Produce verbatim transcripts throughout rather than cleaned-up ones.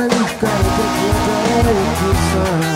に惹かれて消えていくさ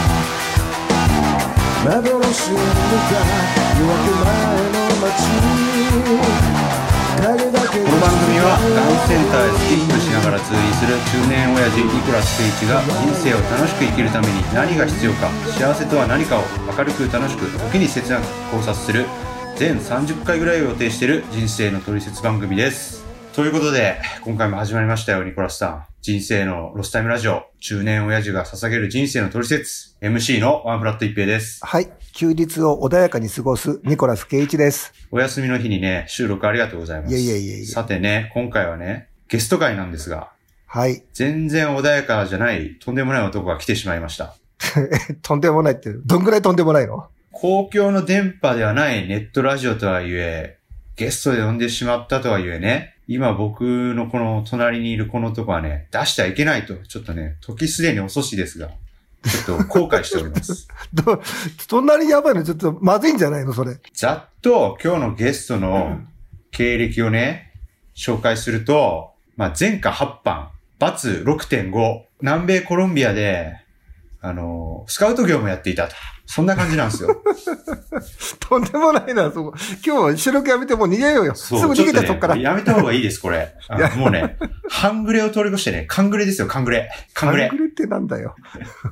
幻を見た夜明け前の街この番組はダウンセンターへスキップしながら通院する中年親父ニコラス圭一が人生を楽しく生きるために何が必要か、幸せとは何かを明るく楽しく時に切なく考察する全さんじゅっかいぐらいを予定している人生のトリセツ番組です。ということで今回も始まりましたよ、ニコラスさん。人生のロスタイムラジオ、中年親父が捧げる人生のトリセツ エムシー のワンフラット一平です。 はい、休日を穏やかに過ごすニコラス圭一です。 お休みの日にね、収録ありがとうございます。 いやいやいやいや。 さてね、今回はね、ゲスト会なんですが、 はい。 全然穏やかじゃないとんでもない男が来てしまいました。 とんでもないって、どんぐらいとんでもないの？ 公共の電波ではないネットラジオとはいえ、ゲストで呼んでしまったとはいえね、今僕のこの隣にいるこの男はね、出してはいけないと、ちょっとね、時すでに遅しですが、ちょっと後悔しております。 ど、隣やばいのちょっとまずいんじゃないのそれ。 ざっと今日のゲストの経歴をね、紹介すると、まあ、前科はちばん、バツ ろくてんご、南米コロンビアで、あの、スカウト業もやっていたと。そんな感じなんですよ。 とんでもないな、そこ。今日収録やめてもう逃げようよ。すぐ逃げた、ね、そっから。 やめた方がいいです、これ。もうね、半グレを通り越してね、カングレですよ、カングレ。カングレ。 カングレってなんだよ。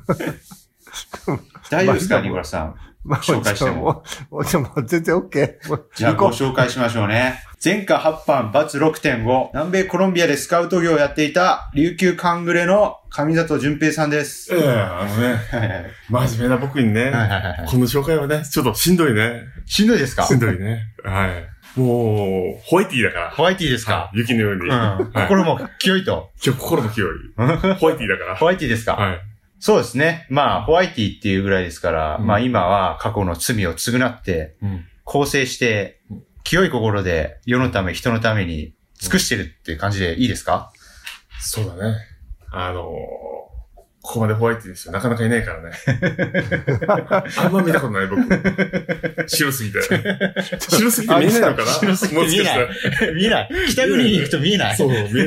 大丈夫ですか、ニコラさん。まあ、紹介しても。 もう、もう、もう全然 OK。 じゃあご紹介しましょうね。前科はちばん、バツ ろくてんご、南米コロンビアでスカウト業をやっていた、琉球カングレの上里淳平さんです。 ええー、あのね、真面目な僕にね、この紹介はね、ちょっとしんどいね。 しんどいですか？ しんどいね。はい。もう、ホワイティーだから。 ホワイティーですか？ はい、雪のように。うんはい、心も清いと。 今日心も清い。ホワイティーだから。 ホワイティーですか？ はい。 そうですね。まあ、ホワイティっていうぐらいですから、うん、まあ今は過去の罪を償って、うん、更生して、清い心で世のため、人のために尽くしてるっていう感じでいいですか？ そうだね。あのー、ここまでホワイティですよ。なかなかいないからね。あんま見たことない僕。白すぎて。白すぎて見えないのかな？ 白すぎて見えない。見えない。北国に行くと見えない。 そう、見えないね。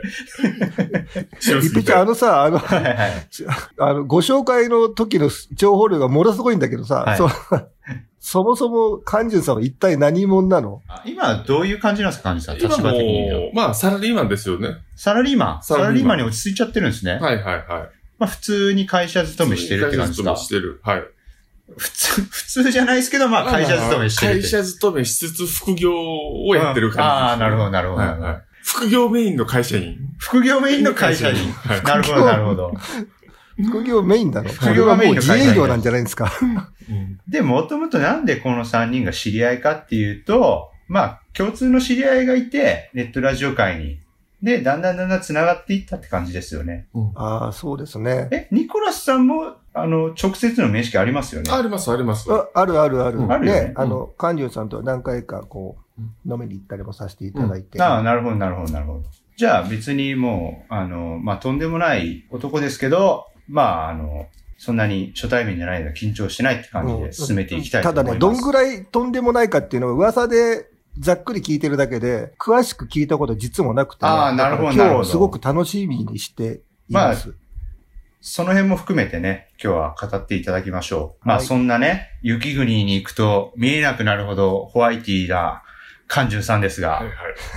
白すぎて。一平あのさ、あの、はいはい、あの、ご紹介の時の情報量がものすごいんだけどさ、はい、そ, そもそも、関中さんは一体何者なの？ 今、どういう感じなんですか、関中さん。立場的に。 まあ、サラリーマンですよね。 サラリーマンサラリーマンに落ち着いちゃってるんですね。 はいはいはい。 まあ普通に会社勤めしてるって感じですか？ 会社勤めしてる。はい。 普通、普通じゃないですけど、まあ会社勤めしてる。 会社勤めしつつ副業をやってる感じです、ね。 ああ、なるほどなるほど、はいはい。 副業メインの会社員。 副業メインの会社員。はい、なるほどなるほど。 副業メインだろ。 副業がメインの会社員。 自営業なんじゃないですか。 うん、で、もともとなんでこのさんにんが知り合いかっていうと、まあ共通の知り合いがいて、ネットラジオ界に。で、だんだんだんだん繋がっていったって感じですよね。 うん、ああ、そうですね。 え、ニコラスさんも、あの、直接の面識ありますよね？ あります、あります。 あ, あるあるある。うん、あるよね。ね、あの、関中さんとは何回か、こう、飲みに行ったりもさせていただいて。 うん、ああ、なるほど、なるほど、なるほど。じゃあ別にもう、あの、まあ、とんでもない男ですけど、まあ、あの、そんなに初対面じゃないので緊張してないって感じで進めていきたいと思います。 うん、ただね、どんぐらいとんでもないかっていうのは噂で、ざっくり聞いてるだけで、詳しく聞いたこと実もなくて、ね、 ああ、なるほど、 今日すごく楽しみにしています。 まあ、その辺も含めてね、今日は語っていただきましょう。まあ、はい、そんなね、雪国に行くと見えなくなるほどホワイティーな関中さんですが、はいはい、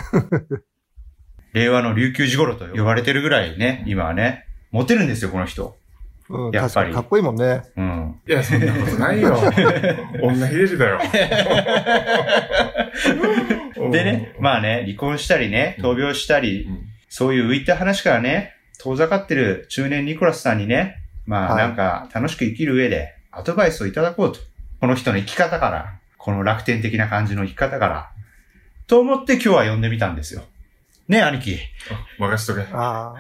令和の琉球ジゴロと呼ばれてるぐらいね、今はね、モテるんですよ、この人。 うん、やっぱり。かっこいいもんね。 うん。 いや、そんなことないよ。女ひれるだよ。 でね、まあね、離婚したりね、闘病したり、うん、そういう浮いた話からね、遠ざかってる中年ニコラスさんにね、まあなんか楽しく生きる上でアドバイスをいただこうと。この人の生き方から、この楽天的な感じの生き方から、と思って今日は呼んでみたんですよ。ねえ、兄貴。 任しとけ。 ああ。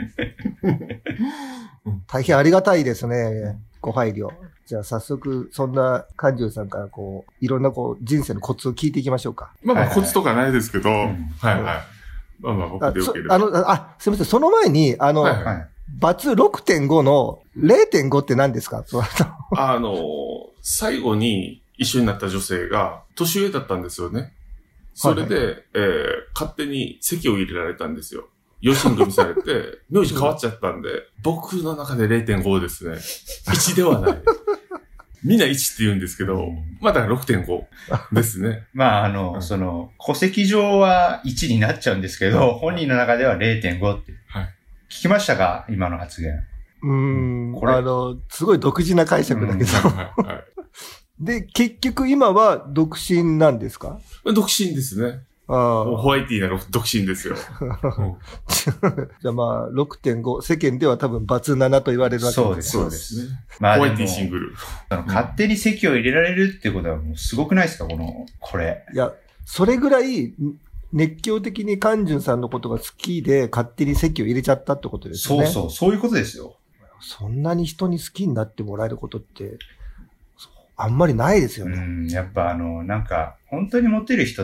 大変ありがたいですね。ご配慮。じゃあ早速、そんな関中さんからこう、いろんなこう、人生のコツを聞いていきましょうか。 まあまあ、コツとかないですけど、はいはい。はいはい、まあまあ、僕でよければ。 あの、あ、すみません。その前に、あの、はいはい、バツ ろくてんご の れいてんご って何ですか？ あの、最後に一緒になった女性が、年上だったんですよね。それで、はいはい、えー、勝手に籍を入れられたんですよ。 養子に組されて、名字変わっちゃったんで、僕の中で れいてんご ですね。いちではない。みんないちって言うんですけど、まあだから ろくてんご ですね。 まああの、うん、その、戸籍上はいちになっちゃうんですけど、本人の中では れいてんご って。はい。聞きましたか今の発言。 うーん。これあの、すごい独自な解釈だけど。はいはい、で、結局今は独身なんですか？ 独身ですね。あホワイティーな独身ですよ。 じゃあまあ ろくてんご、世間では多分バツななと言われるわけです。 そうです。そうですね。まあ、ホワイティーシングル。 あの勝手に籍を入れられるっていうことはもうすごくないですかこの、これ。 いや、それぐらい熱狂的にカンジュンさんのことが好きで勝手に籍を入れちゃったってことですよね。 そうそう、そういうことですよ。 そんなに人に好きになってもらえることって、あんまりないですよね。 うん、やっぱあの、なんか、本当にモテる人って、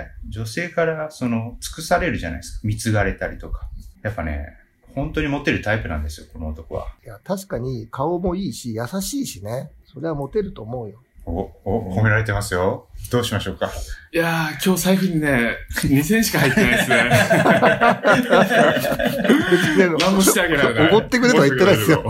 女性からその、尽くされるじゃないですか。貢がれたりとか。やっぱね、本当にモテるタイプなんですよ、この男は。 いや、確かに顔もいいし、優しいしね。それはモテると思うよ。 お、お、褒められてますよ。どうしましょうか。 いやー、今日財布にね、にせんえんしか入ってないですね。何もしてあげられない。 おごってくれとは言ってないですよ。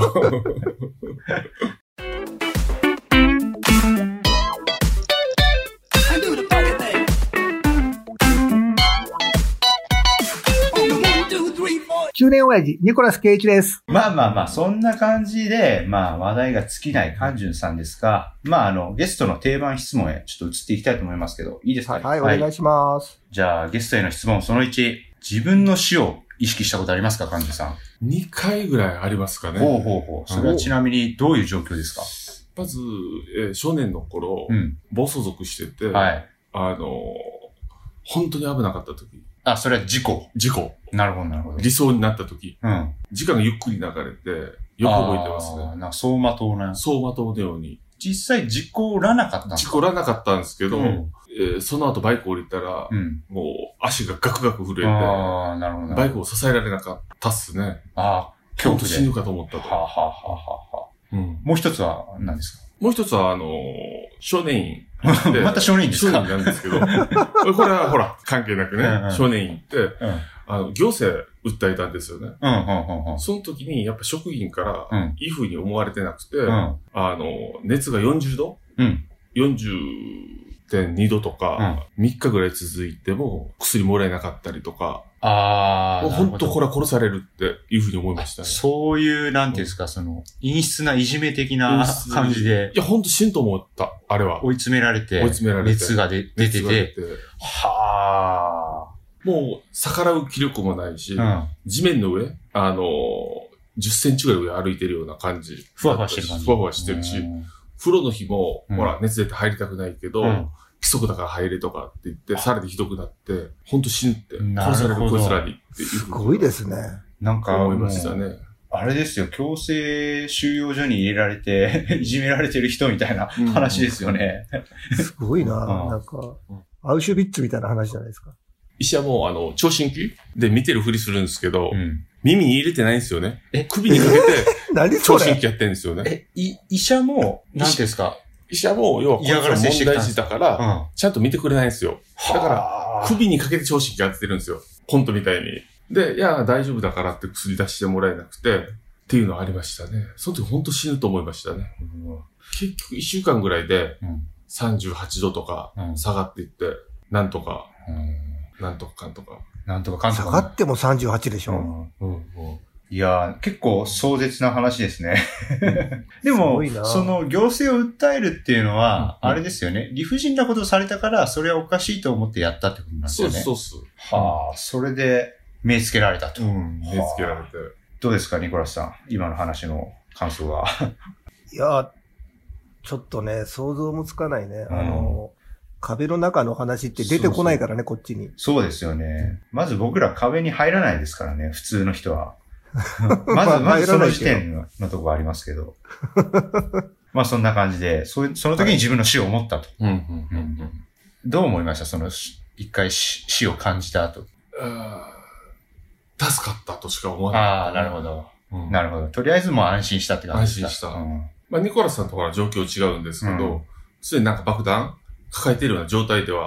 中年親父、ニコラス・ケイイチです。 まあまあまあ、そんな感じで、まあ話題が尽きないカンジュンさんですが、まああの、ゲストの定番質問へちょっと移っていきたいと思いますけど、いいですか？ はい、はい、お願いします。 じゃあ、ゲストへの質問そのいち、自分の死を意識したことありますか、カンジュンさん。 にかいぐらいありますかね。 ほうほうほう。それはちなみにどういう状況ですか？ まず、えー、少年の頃、うん、暴走族してて、はい、あのー、本当に危なかった時。 あ、それは事故。 事故。 なるほど、なるほど。 理想になった時。うん。時間がゆっくり流れて、よく覚えてますね。 ああ、なんか走馬灯な。 走馬灯のように。 実際事故らなかったんですか？ 事故らなかったんですけど、うんえー、その後バイク降りたら、うん、もう足がガクガク震えて、ああ、なるほど。バイクを支えられなかったっすね。ああ、恐怖で。死ぬかと思ったと。はあ、はあはあはあ、うん。もう一つは何ですか？ もう一つは、あのー、少年院。 また少年院ですか？ 少年院なんですけど、これはほら、関係なくね、うんうん、少年院って、うん、あの、行政訴えたんですよね。うんうんうんうん、その時に、やっぱ職員から、いい風に思われてなくて、うん、あの、熱がよんじゅうど、うん、よんじゅうてんにどとか、うん、みっかぐらい続いても、薬もらえなかったりとか、ああ。本当これは殺されるっていうふうに思いましたね。 そういう、なんていうんですか、その、陰湿ないじめ的な感じで。 いや、本当死ぬと思った、あれは。 追い詰められて。追い詰められて。熱が出てて。 はあ。もう、逆らう気力もないし、うん、地面の上、あの、じゅっセンチぐらい上歩いてるような感じ。 ふわふわしてる感じ。 ふわふわしてるし、風呂の日も、うん、ほら、熱出て入りたくないけど、うん、規則だから入れとかって言って、さらにひどくなって、ほんと死ぬって、殺されるこいつらにっていう。 すごいですね。 なんか、 思いましたね。 あれですよ、強制収容所に入れられて、いじめられてる人みたいな話ですよね。 うん、すごいな、うん、なんか、アウシュビッツみたいな話じゃないですか。 医者も、あの、聴診器で見てるふりするんですけど、うん、耳に入れてないんですよね。え、首にかけて、聴診器やってるんですよね。 え、い、医者も、なんていうんですか、 医者も、要は、 嫌がらせしてきた問題児だから、うん、ちゃんと見てくれないんですよ。だから、首にかけて聴診器やってるんですよ。コントみたいに。で、いや、大丈夫だからって薬出してもらえなくて、っていうのありましたね。その時本当死ぬと思いましたね。うん、結局いっしゅうかんぐらいで、さんじゅうはちどとか下がっていって、なんとか、うん、なんとかかんとか。 なんとかかんとか。 下がってもさんじゅうはちでしょ。うんうんうん、 いやー、結構壮絶な話ですね。でも、その行政を訴えるっていうのは、うんうん、あれですよね。理不尽なことをされたから、それはおかしいと思ってやったってことなんですよね。 そうそうそう。はあ、それで目つけられたと。うん、目つけられて。 どうですか、ニコラスさん。今の話の感想は。 いや、ちょっとね、想像もつかないね。うん、あの、壁の中の話って出てこないからね、 そうそうこっちに。 そうですよね。まず僕ら壁に入らないですからね、普通の人は。まず、まずその時点のところありますけど。まあそんな感じで、そその時に自分の死を思ったと。うんうんうんうん、どう思いました？その、一回死を感じた後。 助かったとしか思わない。 ああ、なるほど、うん。なるほど。とりあえずもう安心したって感じですか？ 安心した。うん、まあニコラスさんとは状況違うんですけど、すで、うん、になんか爆弾抱えているような状態では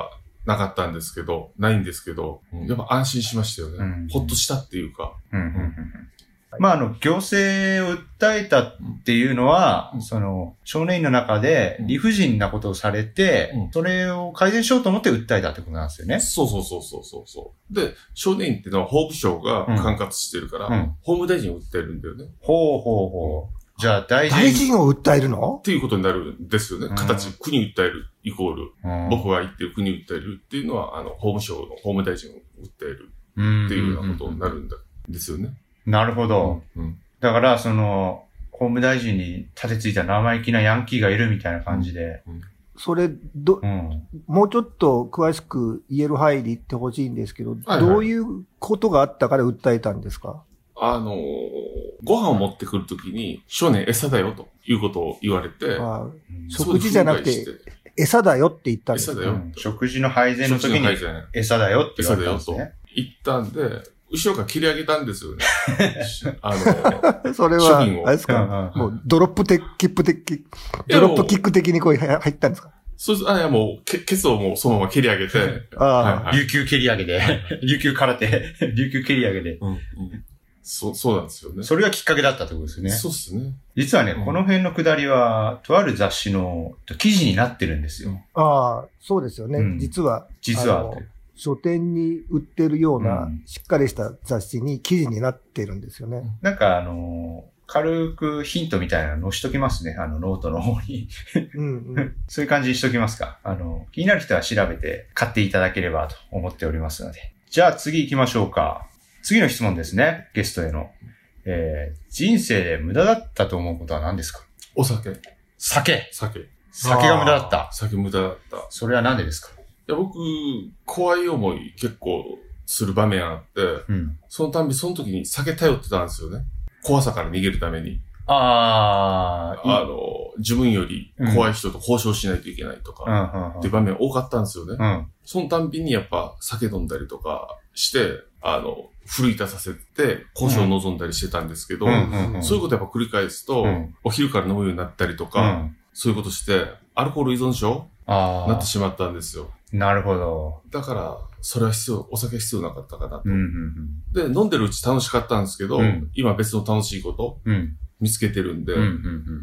なかったんですけど、ないんですけど、やっぱ安心しましたよね。うん、ほっとしたっていうか。うんうんうん、 まあ、あの、行政を訴えたっていうのは、うん、その、少年院の中で理不尽なことをされて、うん、それを改善しようと思って訴えたってことなんですよね。 そうそうそうそうそう。で、少年院っていうのは法務省が管轄してるから、うん、法務大臣を訴えるんだよね。 ほうほうほう。じゃあ大臣。 大臣を訴えるのっていうことになるんですよね。形、国訴えるイコール、僕が言ってる国訴えるっていうのは、あの、法務省の法務大臣を訴えるっていうようなことになるんですよね。 なるほど。うんうん、だから、その、法務大臣に立てついた生意気なヤンキーがいるみたいな感じで。うんうん、 それ、ど、うん、もうちょっと詳しく言える範囲で言ってほしいんですけど、はいはい、どういうことがあったから訴えたんですか？ あのー、ご飯を持ってくるときに、少年餌だよということを言われて、ああ、食事じゃなくて、餌だよって言ったんですか？餌だよ、うん。 食事の配膳の時に、餌だよって言われたんですね。餌だよと言ったんで、後ろから切り上げたんですよね。あの、それは、あれですか、もうドロップテキップ的、ドロップキック的にこう入ったんですか？ そうです。あ、いやもう、ケ、ケツをもうそのまま蹴り上げて。 ああ、はいはい、琉球蹴り上げで、琉球空手、琉球蹴り上げで。うんうん、 そう、そうなんですよね。 それがきっかけだったってことですね。 そうですね。 実はね、うん、この辺の下りは、とある雑誌の記事になってるんですよ。 ああ、そうですよね。うん、実は。 実は。 書店に売ってるような、しっかりした雑誌に記事になってるんですよね。うん、 なんかあのー、軽くヒントみたいなの載しときますね。あの、ノートの方に。うんうん、そういう感じにしときますか。あの、気になる人は調べて買っていただければと思っておりますので。じゃあ次行きましょうか。次の質問ですね。ゲストへの。えー、人生で無駄だったと思うことは何ですか？ お酒。 酒。 酒。 酒が無駄だった。 酒無駄だった。 それは何でですか？ いや、僕、怖い思い結構する場面あって、うん、そのたんびその時に酒頼ってたんですよね。怖さから逃げるために。ああ、あの、自分より怖い人と交渉しないといけないとか、っていう場面多かったんですよね。うん、そのたんびにやっぱ酒飲んだりとかして、あの、奮い立たせて交渉を望んだりしてたんですけど、そういうことやっぱ繰り返すと、うん、お昼から飲むようになったりとか、うん、そういうことして、アルコール依存症なってしまったんですよ。 なるほど。 だから、それは必要、お酒必要なかったかなと。うんうんうん、で、飲んでるうち楽しかったんですけど、うん、今別の楽しいこと、うん見つけてるんで、うんうんうん、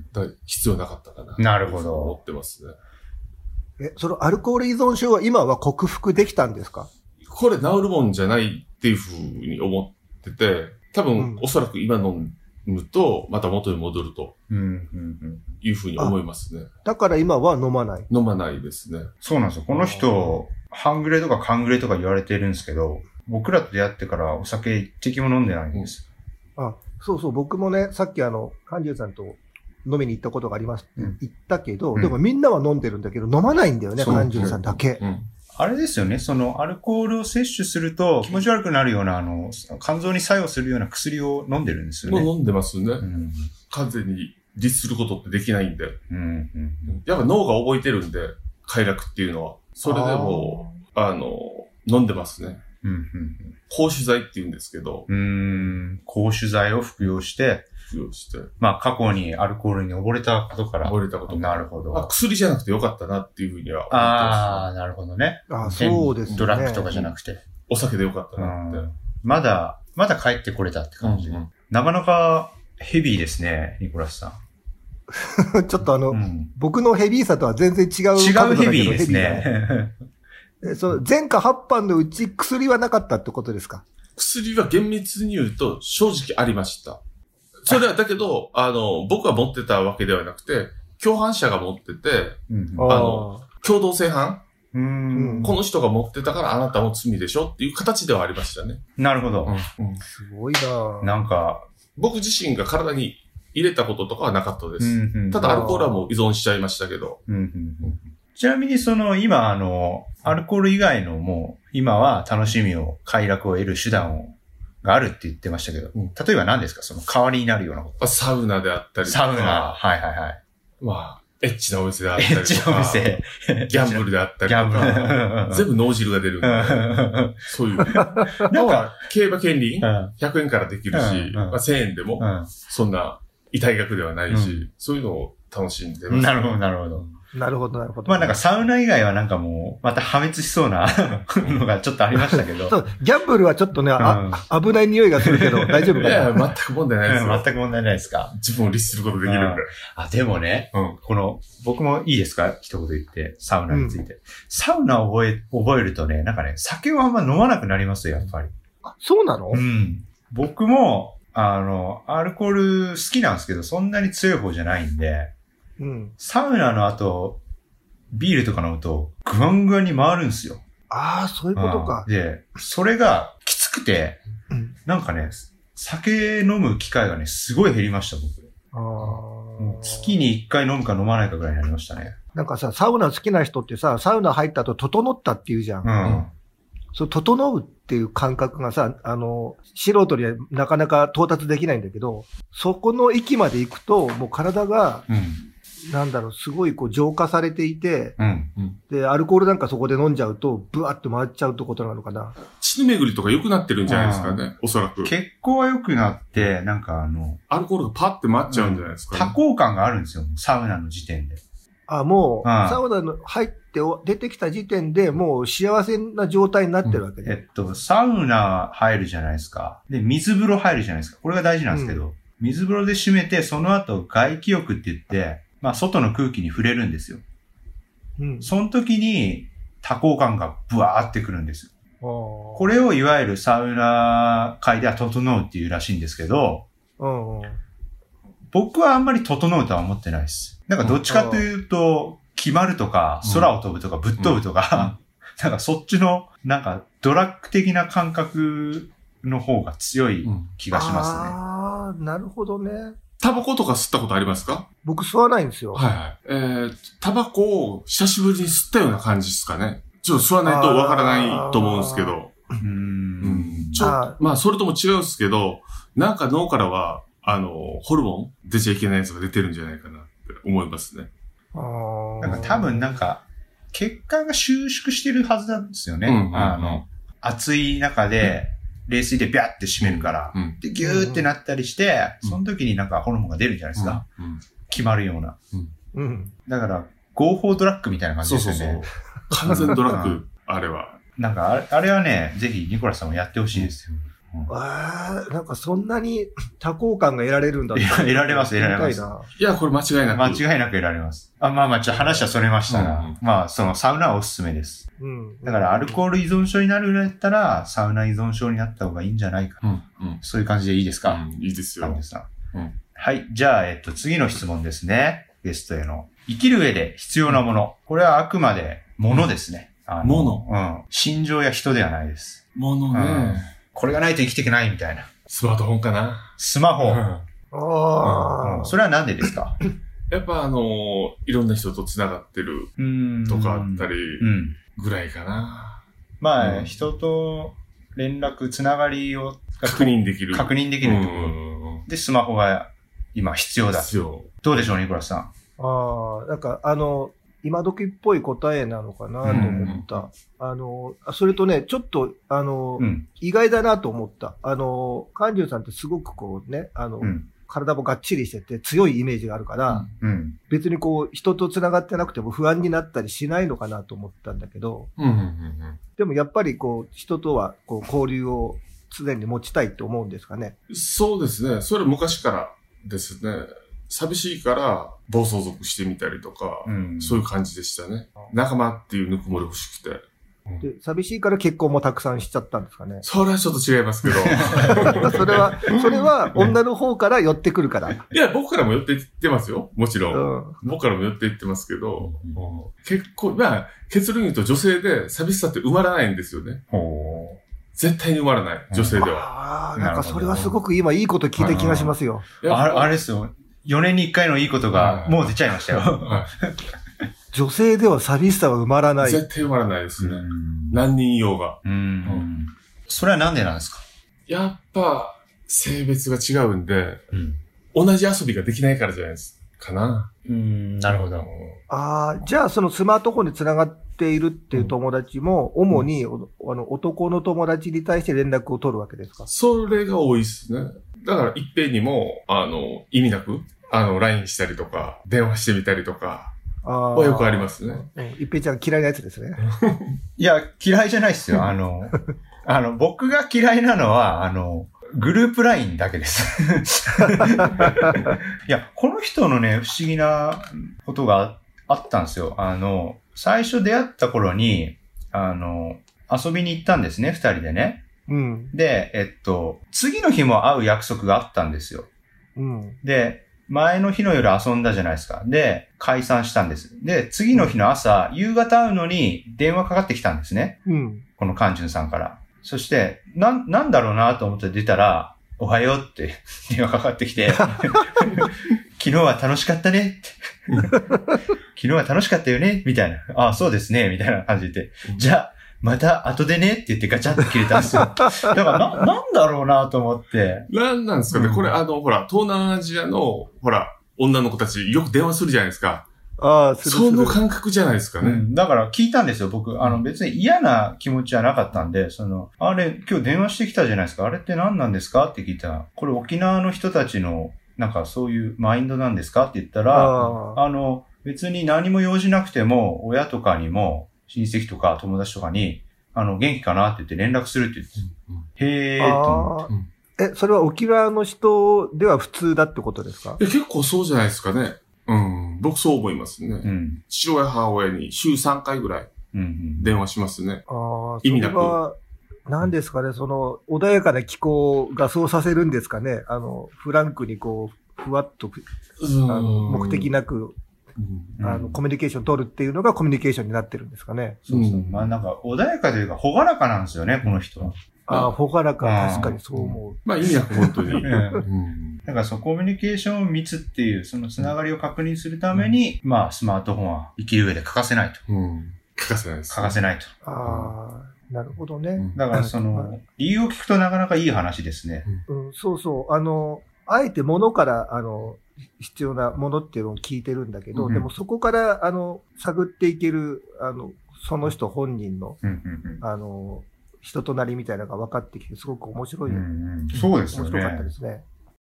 だ必要なかったかな。 なるほど。 思ってますね。 え、そのアルコール依存症は今は克服できたんですか？ これ治るもんじゃないっていうふうに思ってて、多分、うん、おそらく今飲むと、また元に戻ると、いうふうに思いますね、うんうんうん。 だから今は飲まない？ 飲まないですね。 そうなんですよ。この人、半グレとか缶グレとか言われてるんですけど、僕らと出会ってからお酒一滴も飲んでないんです。 うん、あそうそう、僕もね、さっきあの、カンジュさんと飲みに行ったことがあります、うん、言ったけど、うん、でもみんなは飲んでるんだけど、飲まないんだよね、カンジュさんだけ、うん。 あれですよね、その、アルコールを摂取すると気持ち悪くなるような、あの、肝臓に作用するような薬を飲んでるんですよね。 もう飲んでますね。うん、完全に律することってできないんで。うんうん、やっぱ脳が覚えてるんで、快楽っていうのは。それでも、あ, あの、飲んでますね。うんうんうん、抗酒剤って言うんですけど。 うーん。抗酒剤を服用して。 服用して。 まあ過去にアルコールに溺れたことから。 溺れたことから。 なるほど。 まあ、薬じゃなくてよかったなっていうふうには思ってます、ね。 ああ、なるほどね。 あそうですね。 ドラッグとかじゃなくて。 お酒でよかったなって。 まだ、まだ帰ってこれたって感じ。うんうん、なかなかヘビーですね、ニコラスさん。ちょっとあの、うん、僕のヘビーさとは全然違う。 違うヘビーですね。 その前科八犯のうち薬はなかったってことですか？ 薬は厳密に言うと正直ありました。それはだけど、あの、僕が持ってたわけではなくて、共犯者が持ってて、うん、あの、共同正犯うーんこの人が持ってたからあなたも罪でしょっていう形ではありましたね。 なるほど。うんうん、 すごいななんか、 僕自身が体に入れたこととかはなかったです。うんうん、ただアルコールはもう依存しちゃいましたけど。うんうんうんちなみにその今あの、アルコール以外のもう、今は楽しみを、快楽を得る手段を、があるって言ってましたけど、うん、例えば何ですかその代わりになるようなこと。 サウナであったりとか。 サウナ。はいはいはい。 まあ、エッチなお店であったりとか。エッチなお店。 ギャンブルであったりとか。全部脳汁が出るんで。そういう。なんか、競馬権利、ひゃくえんからできるし、まあ、せんえんでも、そんな痛い額ではないし、うん、そういうのを楽しんでます。 なるほど、なるほど。 なるほど、なるほど。 まあなんかサウナ以外はなんかもう、また破滅しそうなのがちょっとありましたけど。 そう、ギャンブルはちょっとね、あ、うん、危ない匂いがするけど、大丈夫かな。 いや、全く問題ないですよ。 全く問題ないですか。 自分を律することできるんで。 あ、でもね、うん、この、僕もいいですか一言言って、サウナについて。うん、サウナを覚え、覚えるとね、なんかね、酒をあんま飲まなくなりますよ、やっぱり。 あ、そうなの？ うん。僕も、あの、アルコール好きなんですけど、そんなに強い方じゃないんで、うん、サウナの後、ビールとか飲むと、グワングワンに回るんですよ。 ああ、そういうことか。 で、それがきつくて、うん、なんかね、酒飲む機会がね、すごい減りました、僕。あもう月にいっかい飲むか飲まないかぐらいになりましたね。 なんかさ、サウナ好きな人ってさ、サウナ入った後、整ったって言うじゃん。うん。そう、整うっていう感覚がさ、あの、素人にはなかなか到達できないんだけど、そこの域まで行くと、もう体が、うんなんだろう、すごいこう浄化されていて、うんうん、で、アルコールなんかそこで飲んじゃうと、ブワーって回っちゃうってことなのかな。 血の巡りとか良くなってるんじゃないですかね、おそらく。 血行は良くなって、なんかあの、 アルコールがパッて回っちゃうんじゃないですか、ねうん、多幸感があるんですよ、サウナの時点で。 あ、もう、サウナの入って出てきた時点でもう幸せな状態になってるわけで、 うん。えっと、サウナ入るじゃないですか。で、水風呂入るじゃないですか。これが大事なんですけど、うん、水風呂で締めて、その後外気浴って言って、まあ、外の空気に触れるんですよ。うん。その時に多幸感がブワーってくるんですよ。これをいわゆるサウナ界では整うっていうらしいんですけど、僕はあんまり整うとは思ってないです。なんかどっちかというと、決まるとか、空を飛ぶとか、ぶっ飛ぶとか、うん、なんかそっちの、なんかドラッグ的な感覚の方が強い気がしますね。 ああ、なるほどね。 タバコとか吸ったことありますか？ 僕吸わないんですよ。 はいはい。えー、タバコを久しぶりに吸ったような感じですかね。ちょっと吸わないとわからないと思うんですけど。うーん。うん、ちょっと、まあそれとも違うんですけど、なんか脳からは、あの、ホルモン出ちゃいけないやつが出てるんじゃないかなって思いますね。 あなんか多分なんか、血管が収縮してるはずなんですよね。うんうんうん、あの、暑い中で、冷水でビャーって締めるから、うん、で、ギューってなったりして、うん、その時になんかホルモンが出るんじゃないですか。うん、決まるような。うん、だから、合法ドラッグみたいな感じですよね。そうそうそう完全ドラッグ、あれは。 なんかあれ、あれはね、ぜひニコラスさんもやってほしいですよ。 うん、ああ、なんかそんなに多幸感が得られるんだって。 得られます、得られます。 いや、これ間違いなく。 間違いなく得られます。あ、まあまあ、ちょっと話はそれましたが、うん、まあ、そのサウナはおすすめです。うん、だからアルコール依存症になるんだったら、サウナ依存症になった方がいいんじゃないか。うんうん、そういう感じでいいですか？ うん、いいですよ。 さん、うん。はい。じゃあ、えっと、次の質問ですね。ゲストへの。生きる上で必要なもの。これはあくまで物ですね。 もの、 うん。心情や人ではないです。 ものね、うん。 これがないと生きていけないみたいな。 スマートフォンかな。 スマホ。うん、 ああ、 うん。それはなんでですか？ やっぱあのー、いろんな人と繋がってるとかあったり、ぐらいかな。 まあ、うん、人と連絡、つながりを確認できる。 確認できるってこと。で、スマホが今必要だ。 必要。 どうでしょう、ニコラスさん。 ああ、なんかあの、今時っぽい答えなのかなと思った。うん、あの、それとね、ちょっと、あの、うん、意外だなと思った。あの、カンジュンさんってすごくこうね、あの、うん、体もがっちりしてて強いイメージがあるから、うん、別にこう、人と繋がってなくても不安になったりしないのかなと思ったんだけど、うんうんうんうん、でもやっぱりこう、人とはこう、交流を常に持ちたいと思うんですかね。 そうですね。それ昔からですね。寂しいから暴走族してみたりとか、うん、そういう感じでしたね。仲間っていうぬくもり欲しくて、 うん。で、寂しいから結婚もたくさんしちゃったんですかね。 それはちょっと違いますけど。 それは、それは女の方から寄ってくるから。 いや、僕からも寄っていってますよ。もちろん。うん、僕からも寄っていってますけど、うん、結構、まあ、結論言うと女性で寂しさって埋まらないんですよね。絶対に埋まらない。女性では。 ああ、なんかそれはすごく今いいこと聞いた気がしますよ。 あ, あれですよ。よねんにいっかいのいいことがもう出ちゃいましたよ。はい、 女性では寂しさは埋まらない。 絶対埋まらないですね。何人いようが。うん、うん。 それはなんでなんですか？ やっぱ性別が違うんで、うん、同じ遊びができないからじゃないですかな。 うん、なるほど。 ああ、じゃあそのスマートフォンで繋がっているっていう友達も、うん、主に、うん、あの男の友達に対して連絡を取るわけですか？ それが多いですね。だから、いっぺんにも、あの、意味なく、 あの、ライン したりとか、電話してみたりとか、はよくありますね。 うん。一平ちゃん嫌いなやつですね。 いや、嫌いじゃないですよ。あの、あの、僕が嫌いなのは、あの、グループ ライン だけです。いや、この人のね、不思議なことがあったんですよ。あの、最初出会った頃に、あの、遊びに行ったんですね、二人でね。 うん。 で、えっと、次の日も会う約束があったんですよ。 うん。 で、前の日の夜遊んだじゃないですか。で、解散したんです。で、次の日の朝、夕方会うのに電話かかってきたんですね。 うん。 このカンジュンさんから。そして、なん、なんだろうなと思って出たら、おはようって電話かかってきて、昨日は楽しかったねって。昨日は楽しかったよねみたいな。ああ、そうですねみたいな感じで。じゃあ、また後でねって言ってガチャって切れたんですよ。だからな、なんだろうなと思って。 なんなんですかね、うん、これあの、ほら、東南アジアの、ほら、女の子たちよく電話するじゃないですか。 ああ、するする。 その感覚じゃないですかね、うん。 だから聞いたんですよ、僕。あの別に嫌な気持ちはなかったんで、その、あれ、今日電話してきたじゃないですか。あれって何なんですかって聞いたら、これ沖縄の人たちの、なんかそういうマインドなんですかって言ったら、あ, あの、別に何も用事なくても、親とかにも、親戚とか友達とかに、あの、元気かなって言って連絡するって言って、うんうん、へーと思って。 え、それは沖縄の人では普通だってことですか？ え、結構そうじゃないですかね。うん。僕そう思いますね。うん、父親、母親に週さんかいぐらい電話しますね。 うんうん、ああ、意味なく。それは何ですかね、その、穏やかな気候がそうさせるんですかね。あの、フランクにこう、ふわっと、あの、目的なく、うん、あの、コミュニケーション取るっていうのがコミュニケーションになってるんですかね。 そうそう。うん、まあなんか穏やかというか、ほがらかなんですよね、この人は。 ああ、ほがらか、確かにそう思う。 まあ意味なく本当に。うんうんだからそのコミュニケーションを密っていう、そのつながりを確認するために、うん、まあスマートフォンは生きる上で欠かせないと。 うん、欠かせないです。 欠かせないと。 ああ、なるほどね。 だからその、理由を聞くとなかなかいい話ですね。 うん、そうそう。あの、あえて物から、あの、必要なものっていうのを聞いてるんだけど、うん、でもそこから、あの、探っていける、あの、その人本人の、うんうんうん、あの、人となりみたいなのが分かってきて、すごく面白い。うんうん、そうですよね。 面白かったですね。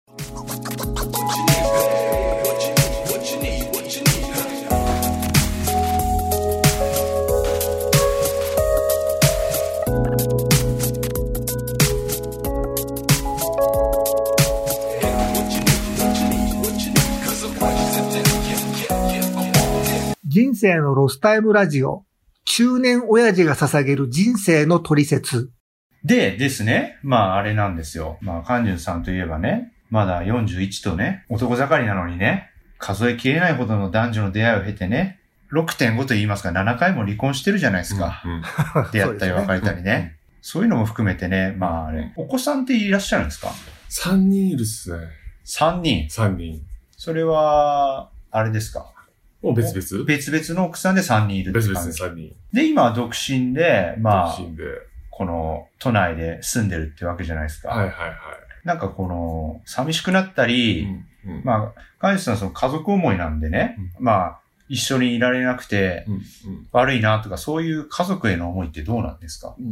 人生のロスタイムラジオ。中年親父が捧げる人生のトリセツ。 でですね、まああれなんですよ。まあカンジュンさんといえばね、まだよんじゅういちとね、男盛りなのにね、数えきれないほどの男女の出会いを経てね、ろくてんご と言いますかななかいも離婚してるじゃないですか。うんうん、出会ったり別れたりね。そういうのも含めてね、まああれ、お子さんっていらっしゃるんですか？ さんにんいるっすね。 さんにん ? さんにん。 それは、あれですか？ もう別々 別々の奥さんでさんにんいるって感じ。 別々でさんにん。 で、今は独身で、まあ、 独身でこの都内で住んでるってわけじゃないですか。 はいはいはい。 なんかこの、寂しくなったり、うんうん、まあ、カンジュンさんはその家族思いなんでね、うん、まあ、一緒にいられなくて、うんうん、悪いなとか、そういう家族への思いってどうなんですか？うん、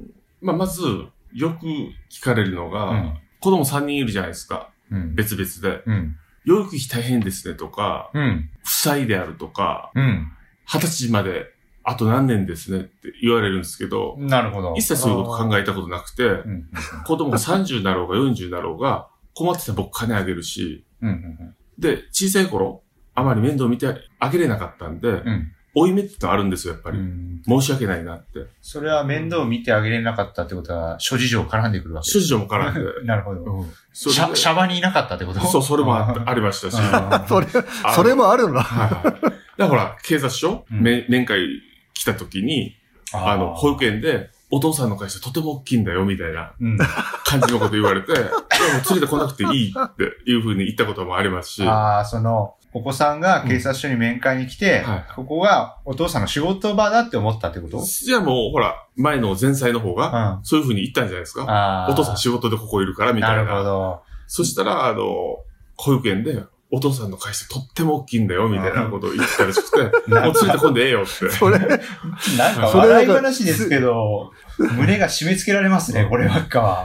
まあ、まず、よく聞かれるのが、うん、子供さんにんいるじゃないですか。うん、別々で。うん養育費大変ですねとか、うん、負債であるとか、二、うん、十歳まであと何年ですねって言われるんですけど、 なるほど。 一切そういうこと考えたことなくて、うん、子供がさんじゅうだろうがよんじゅうだろうが困ってたら僕金あげるし、うんうんうん、で、小さい頃あまり面倒見てあげれなかったんで、うん負い目ってのあるんですよ、やっぱり。申し訳ないなって。 それは面倒を見てあげれなかったってことは、諸事情絡んでくるわけです。 諸事情も絡んで。 なるほど。うん、シャ、シャバにいなかったってことそう、それも あ, ありましたし。 それ、それもあるんだ。 はいはい。だからほら、警察署、うん、面会来た時に、あの、保育園で、お父さんの会社とても大きいんだよ、みたいな感じのこと言われて、いやもう連れてこなくていいっていうふうに言ったこともありますし。 ああ、その、お子さんが警察署に面会に来て、うんはい、ここがお父さんの仕事場だって思ったってこと？ じゃあもう、ほら、前の前妻の方が、そういうふうに言ったんじゃないですか。お父さん仕事でここいるから、みたいな。 なるほど。 そしたら、あの、保育園で、お父さんの会社とっても大きいんだよ、みたいなことを言ってたらしくて、もう連れてこんでええよって。 それ、なんか笑い話ですけど、胸が締め付けられますね、こればっかは。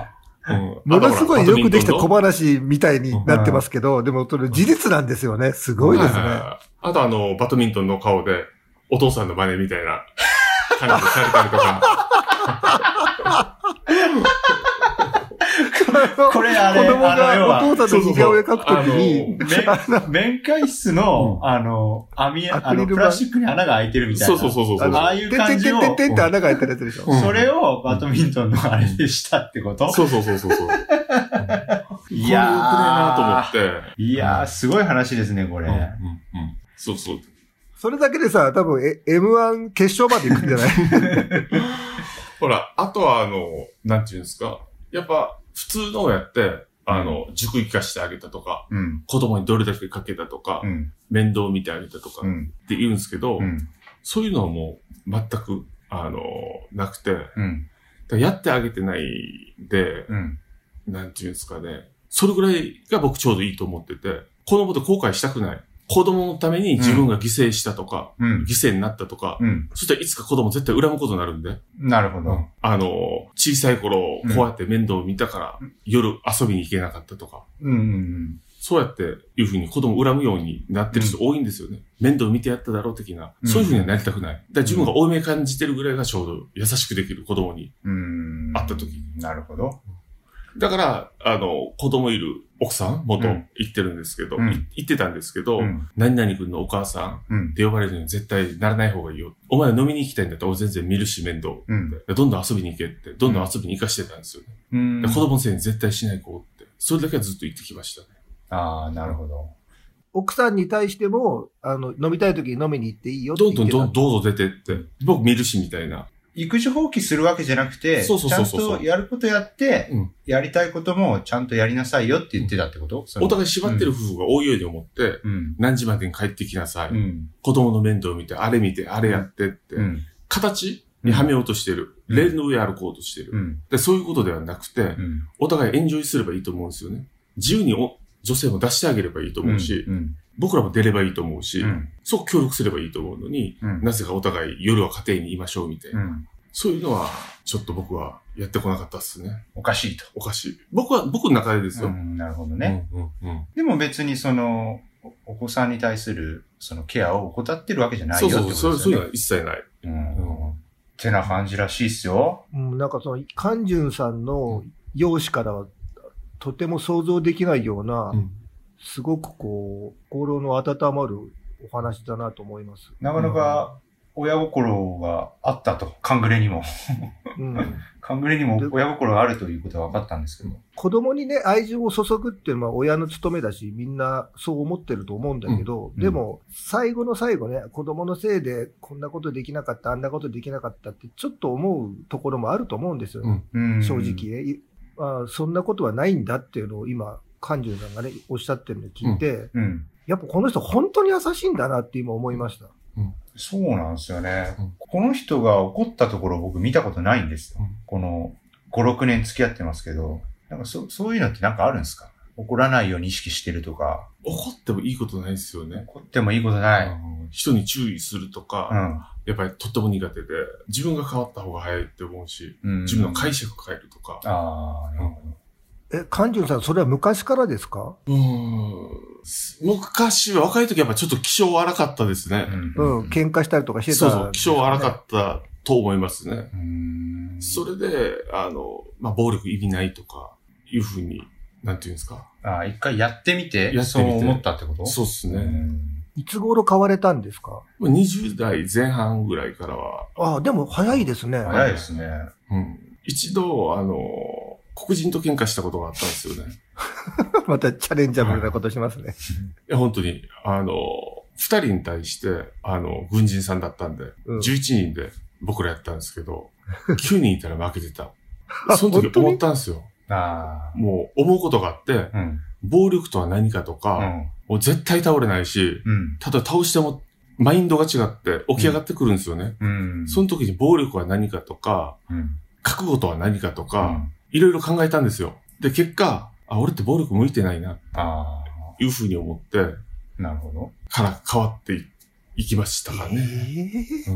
うん、 ものすごいよくできた小話みたいになってますけど、うん、でもそれ事実なんですよね。すごいですね。 あとあの、バドミントンの顔で、お父さんの真似みたいな感じでされたりとか。 これあれ、 子供がお父さんの似顔絵描くときに、 面会室の、あの、網、あの、プラスチックに穴が開いてるみたいな。 そうそうそうそう。 ああいう感じを。 てんてんてんてんって穴が開いてるやつでしょ。 それをバドミントンのあれでしたってこと？ そうそうそうそう。いやー。これよくねえなと思って。 いやー、すごい話ですね、これ。うんうんうん、 そうそう。 それだけでさ、多分、エムワン 決勝まで行くんじゃないほら、あとはあの、なんていうんですか。やっぱ、普通のをやって、あの、うん、塾行かしてあげたとか、うん、子供にどれだけかけたとか、うん、面倒見てあげたとか、って言うんですけど、うん、そういうのはもう全く、あの、なくて、うん、だやってあげてないで、うん、なんていうんですかね、それぐらいが僕ちょうどいいと思ってて、子供と後悔したくない。子供のために自分が犠牲したとか、うん、犠牲になったとか、うん、そしたらいつか子供絶対恨むことになるんで。 なるほど。うん、 あの、小さい頃、こうやって面倒を見たから、うん、夜遊びに行けなかったとか、うんうんうん、そうやっていうふうに子供を恨むようになってる人多いんですよね。うん、面倒を見てやっただろう的な、そういうふうにはなりたくない。だから自分が負い目感じてるぐらいがちょうど優しくできる子供に会った時。 なるほど。 だから、あの、子供いる奥さん、元、言ってるんですけど、うん、言ってたんですけど、うん、何々君のお母さんって呼ばれるのに絶対ならない方がいいよ。お前飲みに行きたいんだったら俺全然見るし面倒、うん。どんどん遊びに行けって、どんどん遊びに行かしてたんですよね。うん、子供のせいに絶対しない子って、それだけはずっと言ってきましたね。 ああ、なるほど。 奥さんに対しても、あの、飲みたい時に飲みに行っていいよって言ってた。 どんどんどうぞ出てって、僕見るしみたいな。 育児放棄するわけじゃなくて、そうそうそうそう、ちゃんとやることやって、うん、やりたいこともちゃんとやりなさいよって言ってたってこと？ お互い縛ってる夫婦が多いように思って、うん、何時までに帰ってきなさい、うん。子供の面倒を見て、あれ見て、あれやってって、うん、形にはめようとしてる。うん、レールの上歩こうとしてる、うん、で。そういうことではなくて、うん、お互いエンジョイすればいいと思うんですよね。自由にお女性も出してあげればいいと思うし、うんうん、僕らも出ればいいと思うし、うん、そう協力すればいいと思うのに、うん、なぜかお互い夜は家庭にいましょうみたいな。うんそういうのは、ちょっと僕はやってこなかったっすね。 おかしいと。 おかしい。僕は、僕の中でですよ。 うん、なるほどね。うんうんうん、でも別にその、お子さんに対する、そのケアを怠ってるわけじゃないよってことですよね。 そうそう、そういうのは一切ない。うん。 うん、ってな感じらしいっすよ。 うん、なんかその、カンジュンさんの容姿からは、とても想像できないような、うん、すごくこう、心の温まるお話だなと思います。 なかなか、親心があったと。カングレにも。うん、カングレにも親心があるということは分かったんですけど。 子供にね、愛情を注ぐっていうのは親の務めだし、みんなそう思ってると思うんだけど、うん、でも、最後の最後ね、子供のせいでこんなことできなかった、あんなことできなかったってちょっと思うところもあると思うんですよね。うん、正直ね、あ。そんなことはないんだっていうのを今、カンジュンさんがね、おっしゃってるのを聞いて、うんうん、やっぱこの人本当に優しいんだなって今思いました。 うんそうなんですよね、うん。この人が怒ったところ僕見たことないんですよ。うん、このご、ろくねん付き合ってますけど、なんかそそういうのってなんかあるんですか？怒らないように意識してるとか。 怒ってもいいことないですよね。 怒ってもいいことない。うん、 人に注意するとか、うん、やっぱりとっても苦手で、自分が変わった方が早いって思うし、うん、自分の解釈変えるとか。ああ、なるほど。 え、カンジュンさん、それは昔からですか？ うーん。昔は若い時やっぱちょっと気性荒かったですね。 うん。うん、喧嘩したりとかしてた、 ね。そうそう、気性荒かったと思いますね。うんそれで、あの、まあ、暴力意味ないとか、いうふうに、なんていうんですか。 ああ、一回やってみて、やってみてそう思ったってこと？ そうですね。 いつ頃変われたんですか？ にじゅう代前半ぐらいからは。 ああ、でも早いですね。 早いですね。 うん。一度、あの、黒人と喧嘩したことがあったんですよね。 またチャレンジャブルなことしますね。 いや、本当に、あの、二人に対して、あの、軍人さんだったんで、うん、じゅういちにんで僕らやったんですけど、きゅうにんいたら負けてた。その時思ったんですよ。あもう思うことがあって、うん、暴力とは何かとか、うん、もう絶対倒れないし、うん、ただ倒してもマインドが違って起き上がってくるんですよね。うん、その時に暴力は何かとか、うん、覚悟とは何かとか、うんいろいろ考えたんですよ。で、結果、あ、俺って暴力向いてないな、あいうふうに思って、 なるほど。 から変わっていきましたかね。 えーうん、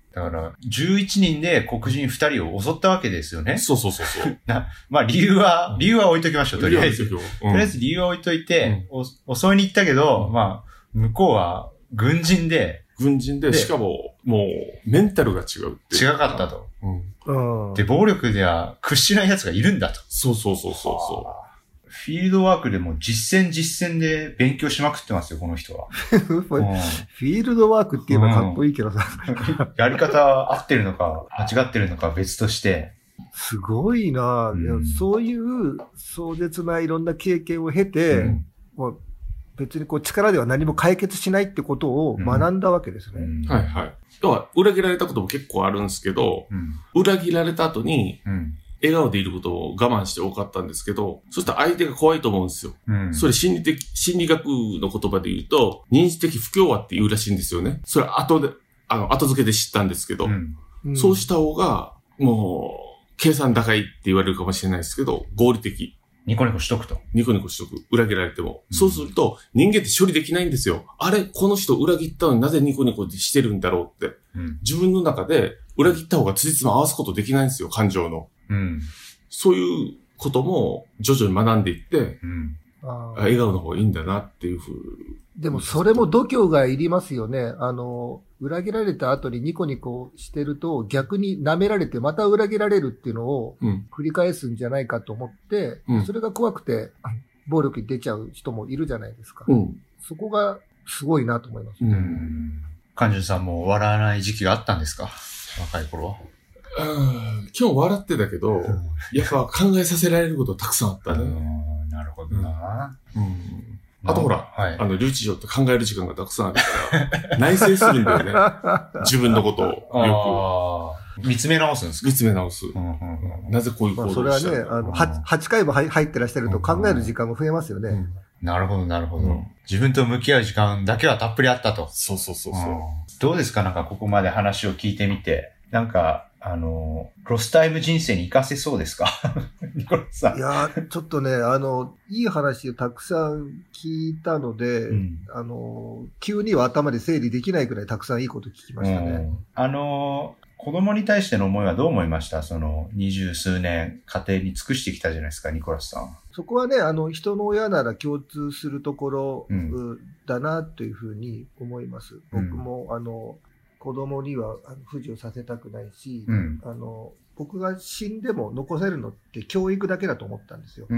だから、じゅういちにんで黒人ふたりを襲ったわけですよね。 そうそうそうそう。 な、まあ理由は、理由は置いときましょう、とりあえず。 うん、 とりあえず理由は置いといて、うん、襲いに行ったけど、うん、まあ、向こうは軍人で、 軍人で、しかも、もう、メンタルが違うって。 違かったと。 うん。 で、暴力では屈しない奴がいるんだと。 そうそうそうそうそう。 フィールドワークでも実践実践で勉強しまくってますよ、この人は。 うん、フィールドワークって言えばかっこいいけどさ。 うん、やり方合ってるのか、間違ってるのかは別として。 すごいな、うん、そういう壮絶ないろんな経験を経て、うん、もう別にこう力では何も解決しないってことを学んだわけですね。 うんうん、はいはい。要は裏切られたことも結構あるんですけど、うん、裏切られた後に、うん笑顔でいることを我慢して多かったんですけど、そしたら相手が怖いと思うんですよ。うん、それ心理的、心理学の言葉で言うと、認知的不協和って言うらしいんですよね。それ後で、あの、後付けで知ったんですけど、うん、そうした方が、もう、計算高いって言われるかもしれないですけど、合理的。 ニコニコしとくと。 ニコニコしとく。裏切られても。うん、そうすると、人間って処理できないんですよ。あれ、この人裏切ったのになぜニコニコしてるんだろうって。うん、自分の中で裏切った方がつじつま合わすことできないんですよ、感情の。うん、そういうことも徐々に学んでいって、うん、あ笑顔の方がいいんだなっていうふう。 でもそれも度胸がいりますよね。あの、裏切られた後にニコニコしてると逆に舐められてまた裏切られるっていうのを繰り返すんじゃないかと思って、うん、それが怖くて暴力に出ちゃう人もいるじゃないですか。うん、そこがすごいなと思います、ね。うん。 関純さんも笑わない時期があったんですか？若い頃は。 うん、今日笑ってたけど、うん、やっぱ考えさせられることたくさんあったね。 なるほどな。 うんうんあとほら、はい、あの、留置場って考える時間がたくさんあるから、内省するんだよね。自分のことをよく。見つめ直すんですか？ 見つめ直す。うんうんうん、なぜこういう行動をしたのか。 まあ、それはね、あの、はち、はちかいも入ってらっしゃると考える時間が増えますよね。うんうん、 なるほど、なるほど、うん。自分と向き合う時間だけはたっぷりあったと。 そうそうそうそう、うん。 どうですか？なんかここまで話を聞いてみて。なんか、あの、ロスタイム人生に活かせそうですか？ニコラスさん。 いや、ちょっとね、あの、いい話をたくさん聞いたので、うん、あの、急には頭で整理できないくらいたくさんいいこと聞きましたね。うん、 あの、子供に対しての思いはどう思いました？その、二十数年家庭に尽くしてきたじゃないですか、ニコラスさん。 そこはね、あの、人の親なら共通するところ、うん、だな、というふうに思います。僕も、うん、あの、子供には不自由させたくないし、うん、あの僕が死んでも残せるのって教育だけだと思ったんですよ。うん、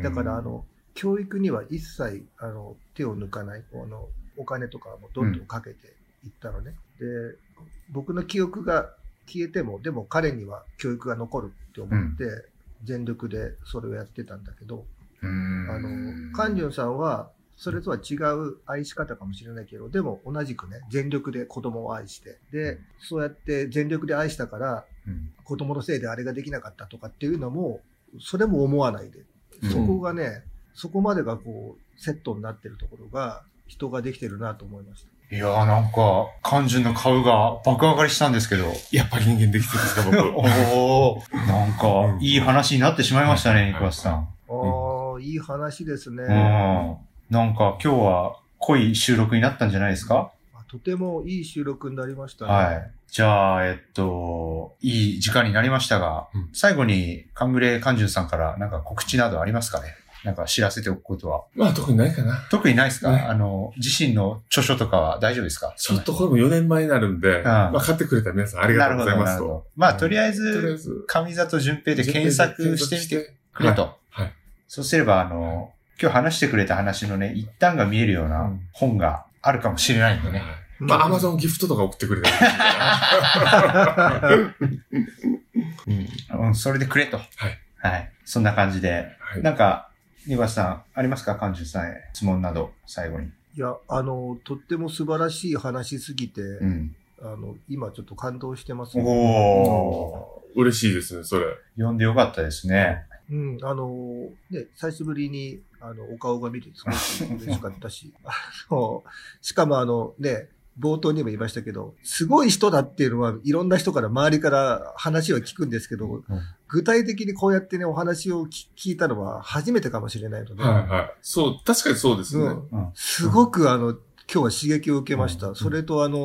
だからあの教育には一切あの手を抜かない、あのお金とかもどんどんかけていったのね。うん、で僕の記憶が消えてもでも彼には教育が残るって思って、うん、全力でそれをやってたんだけど、うん、あの関純さんはそれとは違う愛し方かもしれないけど、でも同じくね、全力で子供を愛して、で、そうやって全力で愛したから、うん、子供のせいであれができなかったとかっていうのも、それも思わないで、そこがね、うん、そこまでがこう、セットになってるところが、人ができてるなと思いました。 いやーなんか、関純の顔が爆上がりしたんですけど。 やっぱり人間できてるんですか、僕。 おー、なんか、いい話になってしまいましたね、ニコラスさん。あー、いい話ですね。 うんなんか今日は濃い収録になったんじゃないですか？ とてもいい収録になりましたね。 はい。じゃあ、えっと、いい時間になりましたが、うん、最後に、カングレ関純さんからなんか告知などありますかね？なんか知らせておくことは。 まあ特にないかな。 特にないですか、ね、あの、自身の著書とかは大丈夫ですか？ ちょっとこれもよねんまえになるんで、うん、まあ買ってくれた皆さんありがとうございますと。 まあとりあえず、上里純平で検索してみてくれと。はい。はい、そうすれば、あの、今日話してくれた話のね、一端が見えるような本があるかもしれないんでね。 うん、まあ、アマゾンギフトとか送ってくれたら、うん。それでくれと。はい。はい。そんな感じで。はい、なんか、ニバスさん、ありますか？関純さんへ質問など、最後に。 いや、あの、とっても素晴らしい話すぎて、うん、あの、今ちょっと感動してます、ね。 おー。嬉しいですね、それ。 読んでよかったですね。 うん、あのね、久しぶりに、あの、お顔が見てすごく嬉しかったし、あの、しかもあのね、冒頭にも言いましたけど、すごい人だっていうのは、いろんな人から周りから話は聞くんですけど、うん、具体的にこうやってね、お話を聞いたのは初めてかもしれないので。 はいはい。そう、確かにそうですね。 うん、すごくあの、今日は刺激を受けました。うん、それとあの、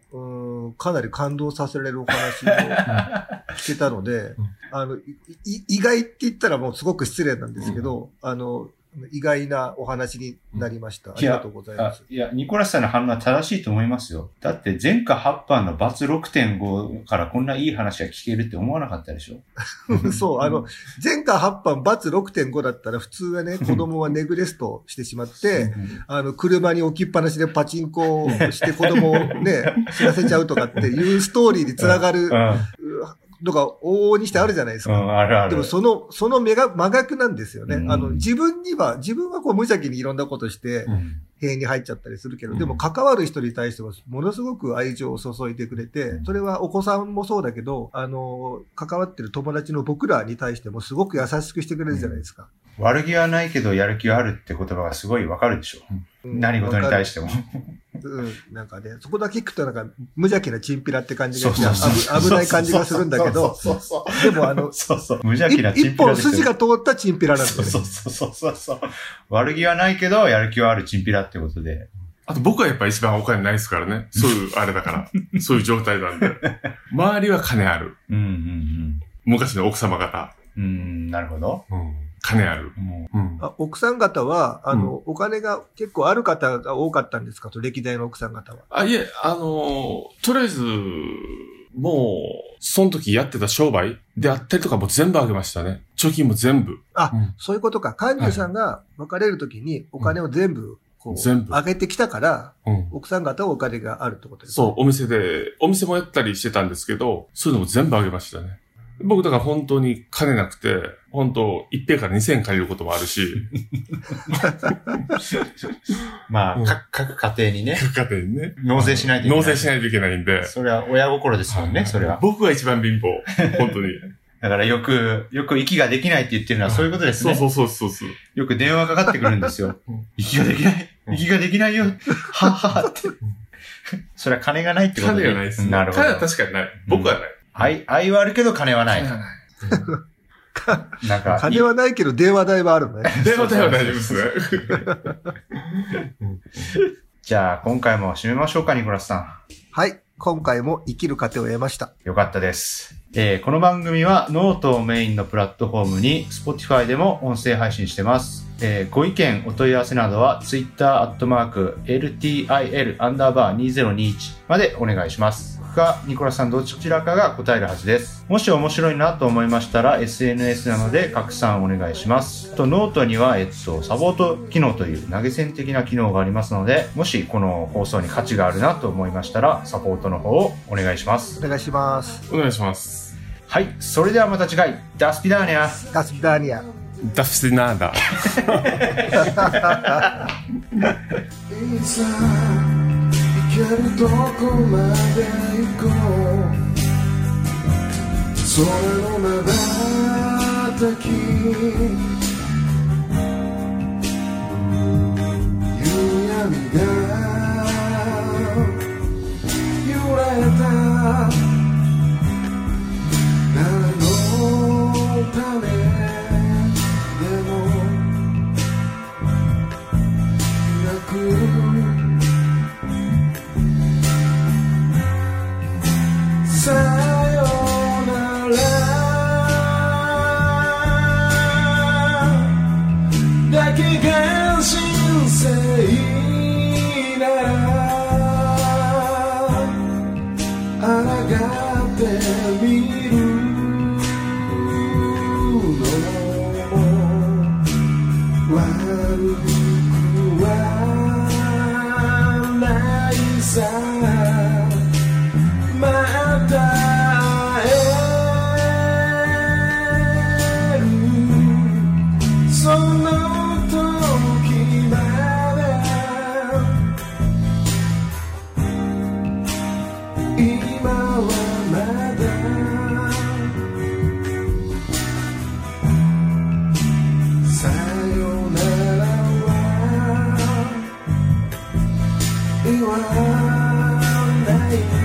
うん、かなり感動させられるお話を聞けたので、あの、意外って言ったらもうすごく失礼なんですけど、うん、あの、意外なお話になりました。ありがとうございます。 いや、ニコラスさんの反応は正しいと思いますよ。だって前科はち犯のバツ ろくてんご からこんないい話が聞けるって思わなかったでしょそう、あの、前科はち犯バツ ろくてんご だったら普通はね、子供はネグレストしてしまって、あの、車に置きっぱなしでパチンコをして子供をね、死なせちゃうとかっていうストーリーにつながる、うんうんのが往々にしてあるじゃないですか。うん、あるある。でもその、その目が真逆なんですよね。うん、あの、自分には、自分はこう無邪気にいろんなことして、塀に入っちゃったりするけど、うん、でも関わる人に対してはものすごく愛情を注いでくれて、うん、それはお子さんもそうだけど、あの、関わってる友達の僕らに対してもすごく優しくしてくれるじゃないですか。 うん、悪気はないけどやる気はあるって言葉がすごいわかるでしょ。うん、何事に対しても。 うん、なんかね、そこだけ聞くとなんか無邪気なチンピラって感じがして危ない感じがするんだけど、でもあの、 そうそう無邪気なチンピラ一本筋が通ったチンピラなんですよね。 そうそうそうそう。悪気はないけどやる気はあるチンピラってことで。 あと僕はやっぱ一番お金ないですからね。そういうあれだから。そういう状態なんで。周りは金ある。うんうんうん、昔の奥様方。 うん、なるほど。うん金ある。 うん、あ奥さん方は、あの、うん、お金が結構ある方が多かったんですかと、歴代の奥さん方は。 あ、いえ、あの、とりあえず、もう、その時やってた商売であったりとかも全部あげましたね。貯金も全部。 あ、うん、そういうことか。幹事さんが別れる時にお金を全部、こう、全部。上げてきたから、うん、奥さん方はお金があるってことですか。 そう、お店で、お店もやったりしてたんですけど、そういうのも全部あげましたね。僕だから本当に金なくて、本当一平からにせん借りることもあるし。 まあ、うん、各家庭にね。 各家庭にね。 納税しないといけない。 納税しないといけないんで。 それは親心ですもんね、それは。 僕が一番貧乏。本当に。 だからよく、よく息ができないって言ってるのはそういうことですね。 そうそうそうそう。 よく電話かかってくるんですよ。息ができない。息ができないよ。はははって。それは金がないってことで。 金がないですね。 なるほど。 金は確かにない。僕はない。 愛、愛はあるけど金はない。金はない。 なんか。金はないけど電話代はあるね。 電話代は大丈夫ですね。 じゃあ今回も締めましょうか、ニコラスさん。 はい。今回も生きる糧を得ました。 よかったです。えー、この番組はノートをメインのプラットフォームに Spotify でも音声配信してます。えー、ご意見、お問い合わせなどは Twitter アットマーク エルティーアイエル アンダーバーにせんにじゅういちまでお願いします。かニコラスさんどちらかが答えるはずです。もし面白いなと思いましたら エスエヌエス なので拡散お願いします。とノートには、えっと、サポート機能という投げ銭的な機能がありますので、もしこの放送に価値があるなと思いましたらサポートの方をお願いします。 お願いします。 お願いします。 はい、それではまた次回。ダスピダーニャ。 ダスピダーニャ。 ダスピナーダ。 行けるどこまで行こうそれのまばたき夕闇が揺れた誰のためでもなくさよならだけが人生なら抗ってみるのも悪くはないさまた会えるその時まで今はまださよならは言わない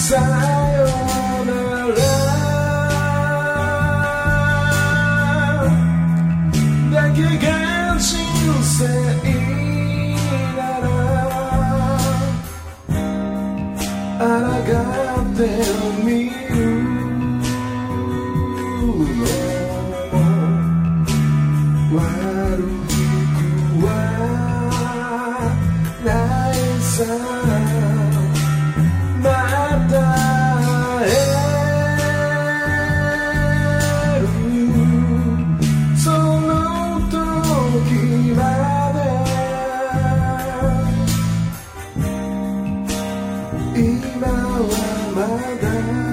さよならだけが人生なら抗ってみるの悪くはないさまた会えるその時まで今はまだ